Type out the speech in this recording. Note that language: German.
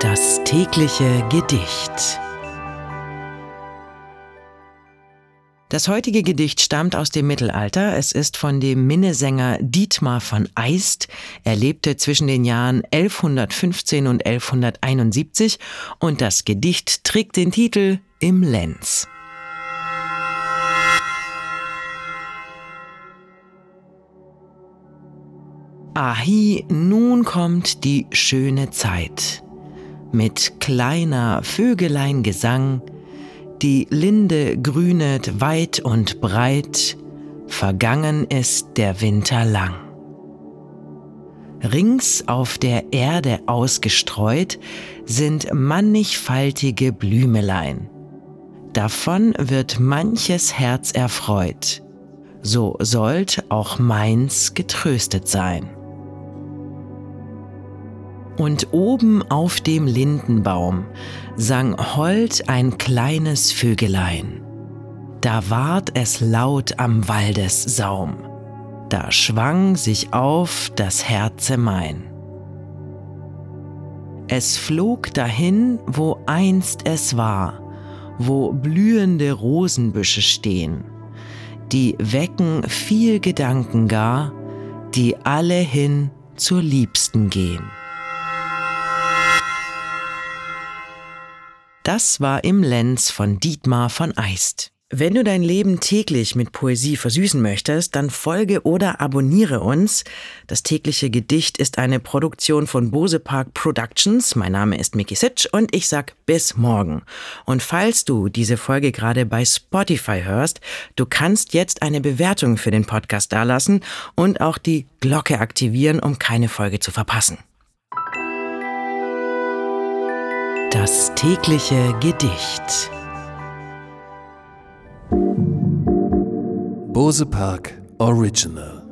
Das tägliche Gedicht. Das heutige Gedicht stammt aus dem Mittelalter. Es ist von dem Minnesänger Dietmar von Eist. Er lebte zwischen den Jahren 1115 und 1171 und das Gedicht trägt den Titel Im Lenz. Ahi, nun kommt die schöne Zeit. Mit kleiner Vögelein Gesang, die Linde grünet weit und breit, vergangen ist der Winter lang. Rings auf der Erde ausgestreut sind mannigfaltige Blümelein. Davon wird manches Herz erfreut, so sollt auch meins getröstet sein. Und oben auf dem Lindenbaum sang hold ein kleines Vögelein. Da ward es laut am Waldessaum, da schwang sich auf das Herze mein. Es flog dahin, wo einst es war, wo blühende Rosenbüsche stehen, die wecken viel Gedanken gar, die alle hin zur Liebsten gehen. Das war Im Lenz von Dietmar von Eist. Wenn du dein Leben täglich mit Poesie versüßen möchtest, dann folge oder abonniere uns. Das tägliche Gedicht ist eine Produktion von Bose Park Productions. Mein Name ist Miki Sitsch und ich sag bis morgen. Und falls du diese Folge gerade bei Spotify hörst, du kannst jetzt eine Bewertung für den Podcast dalassen und auch die Glocke aktivieren, um keine Folge zu verpassen. Das tägliche Gedicht. Bose Park Original.